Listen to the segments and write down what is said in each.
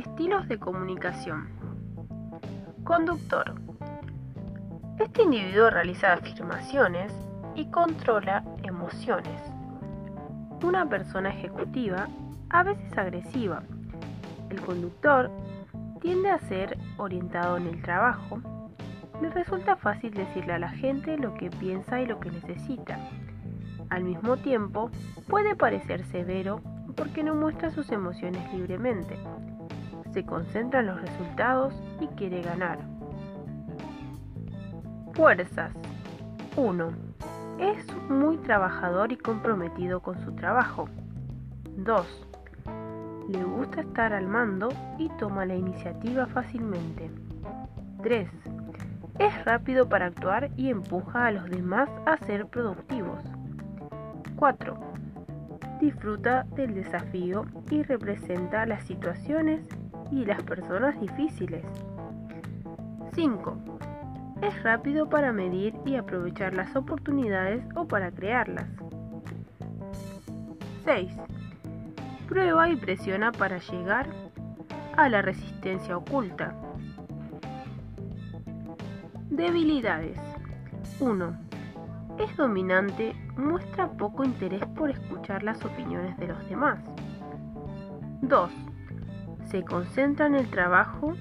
Estilos de comunicación. Conductor. Este individuo realiza afirmaciones y controla emociones. Una persona ejecutiva, a veces agresiva. El conductor tiende a ser orientado en el trabajo. Le resulta fácil decirle a la gente lo que piensa y lo que necesita. Al mismo tiempo, puede parecer severo porque no muestra sus emociones libremente. Se concentra en los resultados y quiere ganar. Fuerzas. 1. Es muy trabajador y comprometido con su trabajo. 2. Le gusta estar al mando y toma la iniciativa fácilmente. 3. Es rápido para actuar y empuja a los demás a ser productivos. 4. Disfruta del desafío y representa las situaciones y las personas difíciles. 5. Es rápido para medir y aprovechar las oportunidades o para crearlas. 6. Prueba y presiona para llegar a la resistencia oculta. Debilidades. 1. Es dominante, muestra poco interés por escuchar las opiniones de los demás. 2. Se concentra en el trabajo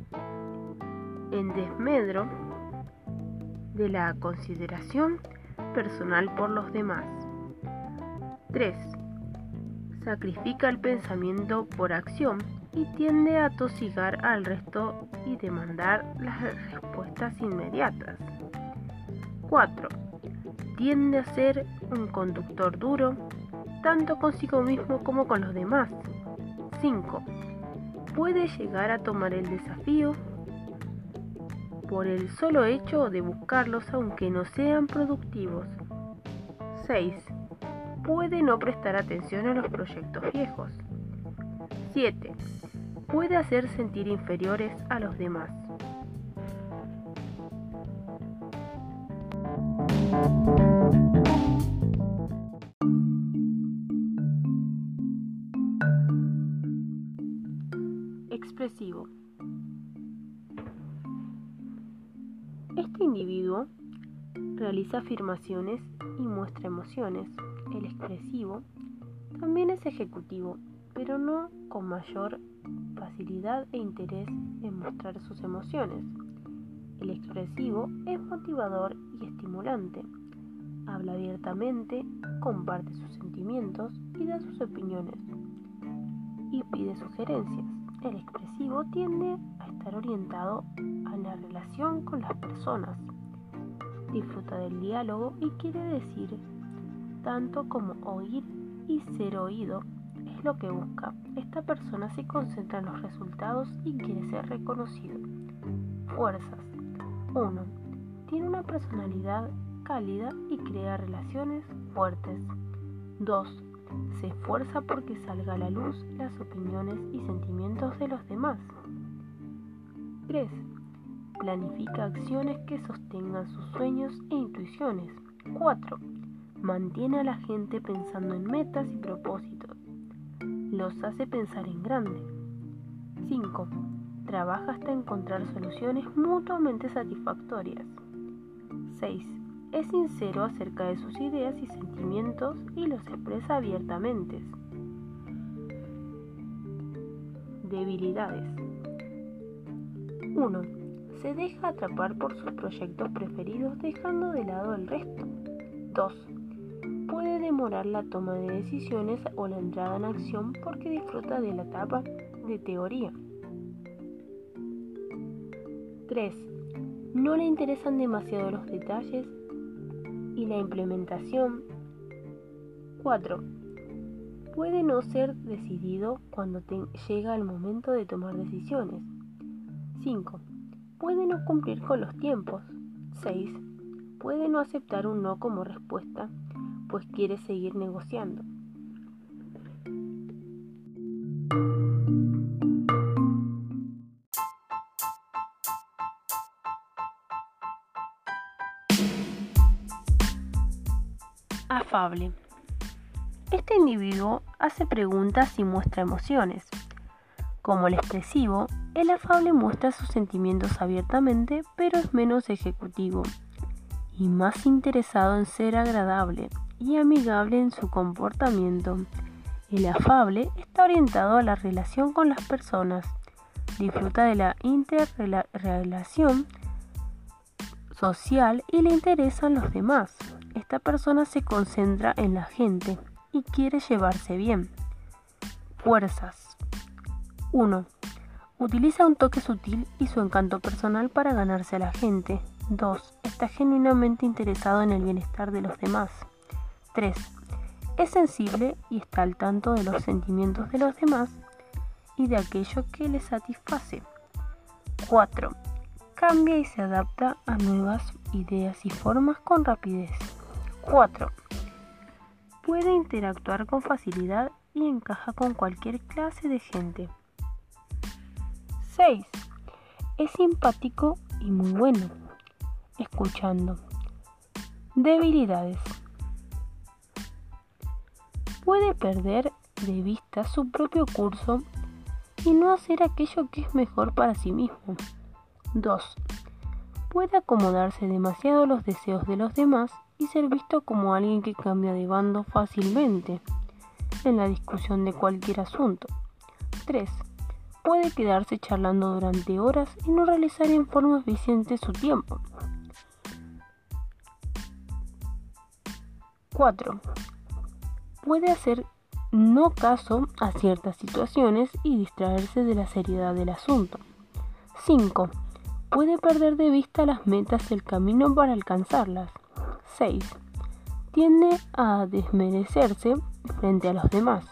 en desmedro de la consideración personal por los demás. 3. Sacrifica el pensamiento por acción y tiende a atosigar al resto y demandar las respuestas inmediatas. 4. Tiende a ser un conductor duro, tanto consigo mismo como con los demás. 5. Puede llegar a tomar el desafío por el solo hecho de buscarlos aunque no sean productivos. 6. Puede no prestar atención a los proyectos viejos. 7. Puede hacer sentir inferiores a los demás. Expresivo. Este individuo realiza afirmaciones y muestra emociones. El expresivo también es ejecutivo, pero no con mayor facilidad e interés en mostrar sus emociones. El expresivo es motivador y estimulante. Habla abiertamente, comparte sus sentimientos y da sus opiniones y pide sugerencias. El expresivo tiende a estar orientado a la relación con las personas. Disfruta del diálogo y quiere decir tanto como oír y ser oído es lo que busca. Esta persona se concentra en los resultados y quiere ser reconocido. Fuerzas. 1. Tiene una personalidad cálida y crea relaciones fuertes. 2. Se esfuerza porque salga a la luz las opiniones y sentimientos de los demás. 3. Planifica acciones que sostengan sus sueños e intuiciones. 4. Mantiene a la gente pensando en metas y propósitos. Los hace pensar en grande. 5. Trabaja hasta encontrar soluciones mutuamente satisfactorias. 6. Es sincero acerca de sus ideas y sentimientos y los expresa abiertamente. Debilidades. 1. Se deja atrapar por sus proyectos preferidos dejando de lado el resto. 2. Puede demorar la toma de decisiones o la entrada en acción porque disfruta de la etapa de teoría. 3. No le interesan demasiado los detalles y la implementación. 4. Puede no ser decidido cuando llega el momento de tomar decisiones. 5. Puede no cumplir con los tiempos. 6. Puede no aceptar un no como respuesta, pues quiere seguir negociando. Afable. Este individuo hace preguntas y muestra emociones. Como el expresivo, el afable muestra sus sentimientos abiertamente, pero es menos ejecutivo y más interesado en ser agradable y amigable en su comportamiento. El afable está orientado a la relación con las personas, disfruta de la interrelación social y le interesan los demás. Esta persona se concentra en la gente y quiere llevarse bien. Fuerzas. 1. Utiliza un toque sutil y su encanto personal para ganarse a la gente. 2. Está genuinamente interesado en el bienestar de los demás. 3. Es sensible y está al tanto de los sentimientos de los demás y de aquello que les satisface. 4. Cambia y se adapta a nuevas ideas y formas con rapidez. 4. Puede interactuar con facilidad y encaja con cualquier clase de gente. 6. Es simpático y muy bueno, escuchando. Debilidades. Puede perder de vista su propio curso y no hacer aquello que es mejor para sí mismo. 2. Puede acomodarse demasiado a los deseos de los demás y ser visto como alguien que cambia de bando fácilmente en la discusión de cualquier asunto. 3. Puede quedarse charlando durante horas y no realizar en forma eficiente su tiempo. 4. Puede hacer no caso a ciertas situaciones y distraerse de la seriedad del asunto. 5. Puede perder de vista las metas del camino para alcanzarlas. 6. Tiende a desmerecerse frente a los demás.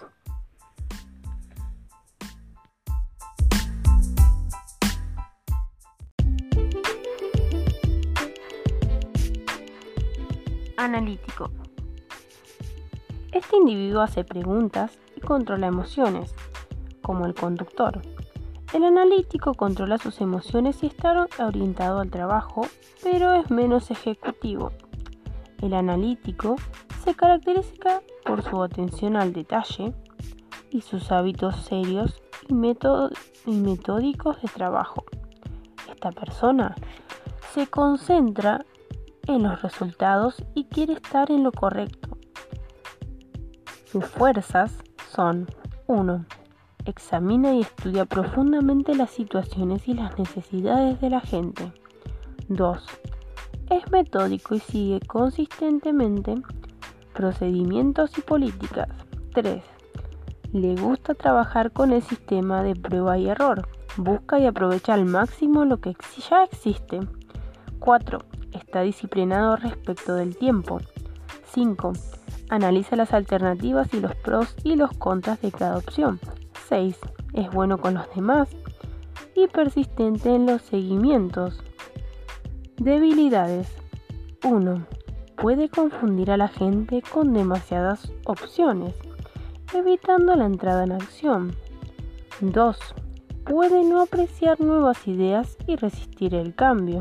Analítico. Este individuo hace preguntas y controla emociones, como el conductor. El analítico controla sus emociones y está orientado al trabajo, pero es menos ejecutivo. El analítico se caracteriza por su atención al detalle y sus hábitos serios y metódicos de trabajo. Esta persona se concentra en los resultados y quiere estar en lo correcto. Sus fuerzas son: 1. Examina y estudia profundamente las situaciones y las necesidades de la gente. 2. Es metódico y sigue consistentemente procedimientos y políticas. 3. Le gusta trabajar con el sistema de prueba y error. Busca y aprovecha al máximo lo que ya existe. 4. Está disciplinado respecto del tiempo. 5. Analiza las alternativas y los pros y los contras de cada opción. 6. Es bueno con los demás y persistente en los seguimientos. Debilidades. 1. Puede confundir a la gente con demasiadas opciones, evitando la entrada en acción. 2. Puede no apreciar nuevas ideas y resistir el cambio.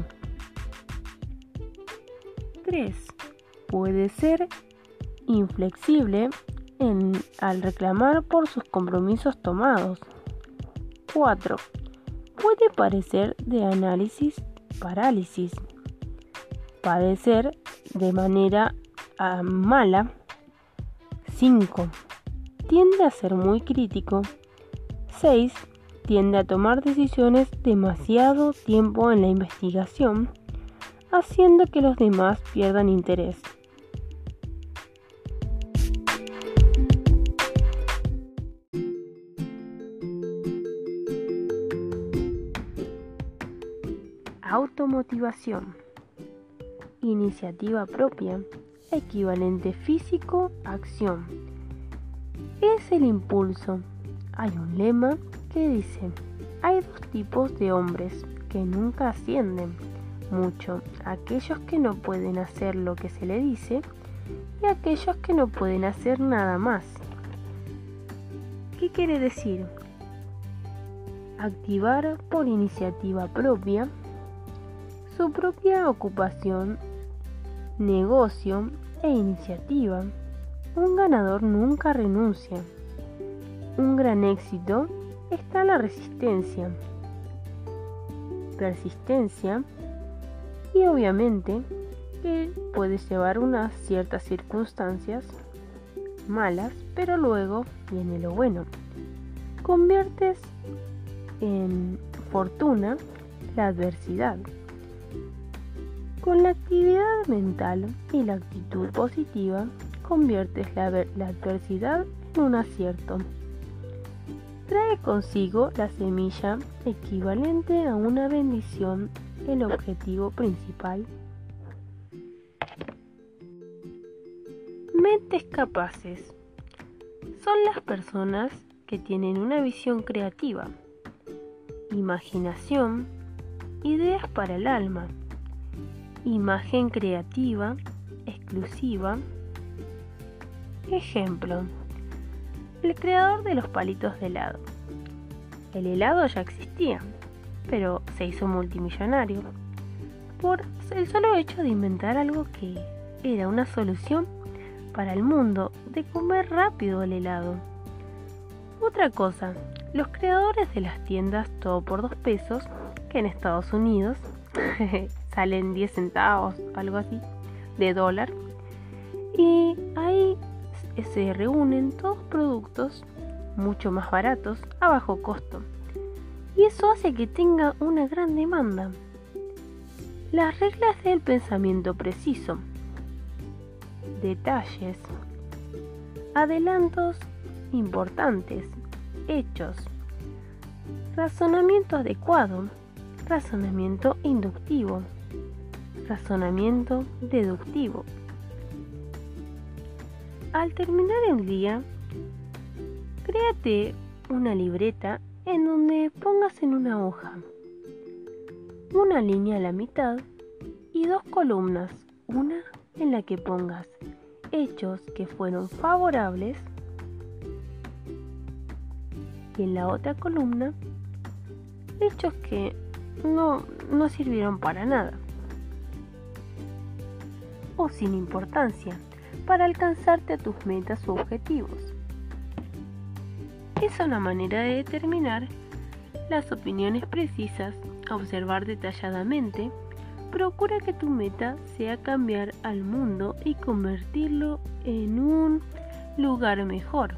3. Puede ser inflexible al reclamar por sus compromisos tomados. 4. Puede parecer de parálisis, padecer de manera mala. 5. Tiende a ser muy crítico. 6. Tiende a tomar decisiones demasiado tiempo en la investigación, haciendo que los demás pierdan interés. Automotivación. Iniciativa propia. Equivalente físico, acción. Es el impulso. Hay un lema que dice: hay dos tipos de hombres que nunca ascienden mucho: aquellos que no pueden hacer lo que se le dice y aquellos que no pueden hacer nada más. ¿Qué quiere decir? Activar por iniciativa propia su propia ocupación, negocio e iniciativa. Un ganador nunca renuncia. Un gran éxito está la resistencia, persistencia y obviamente que puede llevar unas ciertas circunstancias malas, pero luego viene lo bueno. Conviertes en fortuna la adversidad. Con la actividad mental y la actitud positiva, conviertes la adversidad en un acierto. Trae consigo la semilla equivalente a una bendición, el objetivo principal. Mentes capaces son las personas que tienen una visión creativa, imaginación, ideas para el alma, imagen creativa, exclusiva. Ejemplo, el creador de los palitos de helado. El helado ya existía, pero se hizo multimillonario por el solo hecho de inventar algo que era una solución para el mundo de comer rápido el helado. Otra cosa, los creadores de las tiendas todo por 2 pesos, que en Estados Unidos salen 10 centavos, algo así, de dólar, y ahí se reúnen todos productos mucho más baratos a bajo costo, y eso hace que tenga una gran demanda. Las reglas del pensamiento preciso, detalles, adelantos importantes, hechos, razonamiento adecuado, razonamiento inductivo, razonamiento deductivo. Al terminar el día, créate una libreta en donde pongas en una hoja una línea a la mitad y 2 columnas, una en la que pongas hechos que fueron favorables y en la otra columna hechos que no sirvieron para nada o sin importancia para alcanzarte a tus metas u objetivos. Es una manera de determinar las opiniones precisas, observar detalladamente. Procura que tu meta sea cambiar al mundo y convertirlo en un lugar mejor.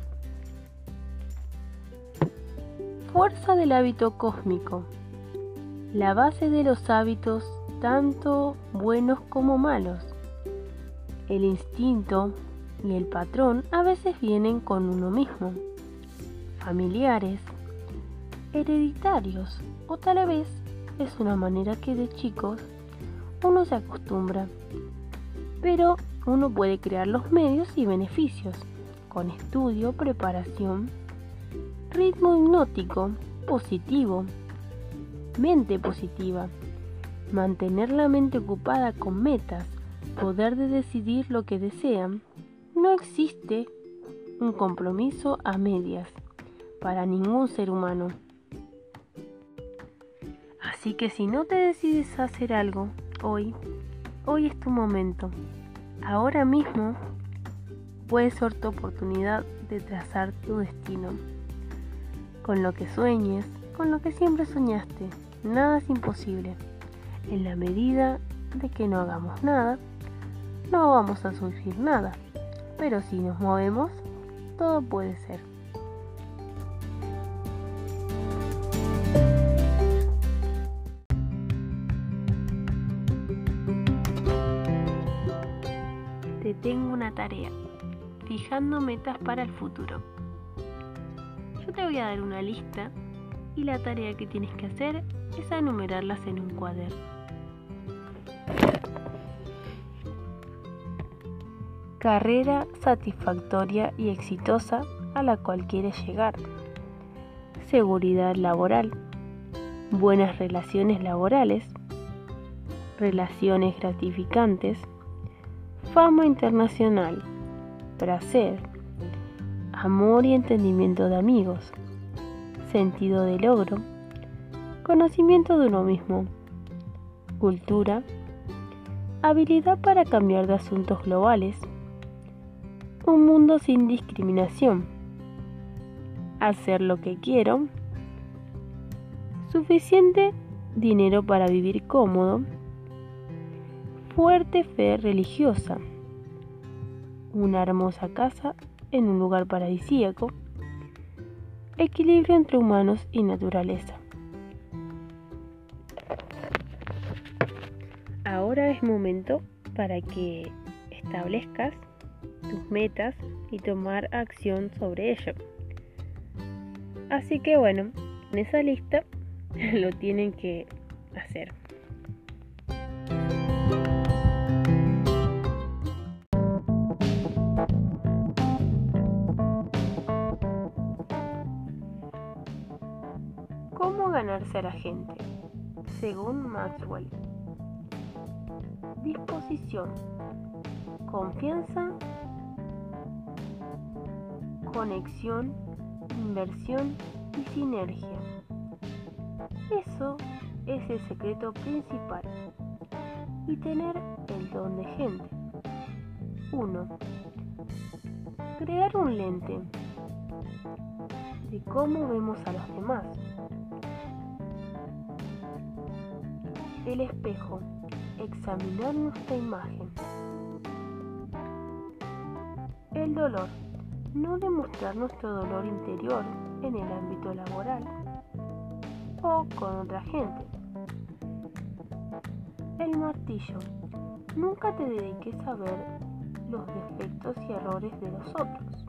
Fuerza del hábito cósmico. La base de los hábitos, tanto buenos como malos. El instinto y el patrón a veces vienen con uno mismo, familiares, hereditarios, o tal vez es una manera que de chicos uno se acostumbra, pero uno puede crear los medios y beneficios con estudio, preparación, ritmo hipnótico, positivo, mente positiva, mantener la mente ocupada con metas, poder de decidir lo que desean. No existe un compromiso a medias para ningún ser humano. Así que si no te decides a hacer algo hoy es tu momento. Ahora mismo puede ser tu oportunidad de trazar tu destino. Con lo que sueñes, con lo que siempre soñaste, nada es imposible. En la medida de que no hagamos nada, no vamos a surgir nada. Pero si nos movemos, todo puede ser. Te tengo una tarea, fijando metas para el futuro. Yo te voy a dar una lista y la tarea que tienes que hacer es enumerarlas en un cuaderno. Carrera satisfactoria y exitosa a la cual quieres llegar. Seguridad laboral. Buenas relaciones laborales. Relaciones gratificantes. Fama internacional. Placer. Amor y entendimiento de amigos. Sentido de logro. Conocimiento de uno mismo. Cultura. Habilidad para cambiar de asuntos globales. Un mundo sin discriminación. Hacer lo que quiero. suficiente dinero para vivir cómodo, fuerte fe religiosa, una hermosa casa en un lugar paradisíaco, equilibrio entre humanos y naturaleza. Ahora es momento para que establezcas tus metas y tomar acción sobre ello. Así que bueno, en esa lista lo tienen que hacer. ¿Cómo ganarse a la gente? Según Maxwell. Disposición, confianza, conexión, inversión y sinergia. Eso es el secreto principal. Y tener el don de gente. 1. Crear un lente de cómo vemos a los demás. El espejo. Examinar nuestra imagen. El dolor. No demostrar nuestro dolor interior en el ámbito laboral o con otra gente. El martillo. Nunca te dediques a ver los defectos y errores de los otros.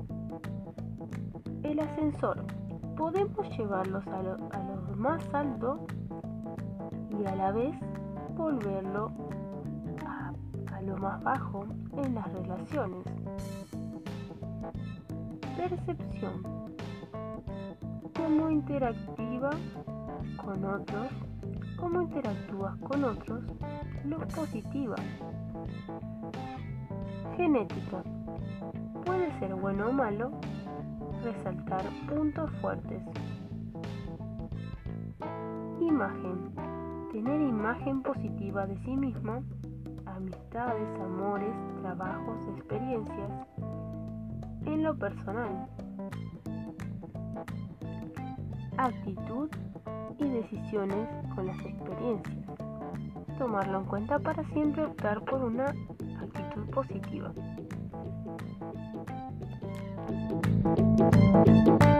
El ascensor. Podemos llevarlos a lo más alto y a la vez volverlo a lo más bajo en las relaciones. Percepción. Cómo interactúas con otros, luz positiva. Genética. Puede ser bueno o malo, resaltar puntos fuertes. Imagen. Tener imagen positiva de sí mismo, amistades, amores, trabajos, experiencias, en lo personal. Actitud y decisiones con las experiencias. Tomarlo en cuenta para siempre optar por una actitud positiva.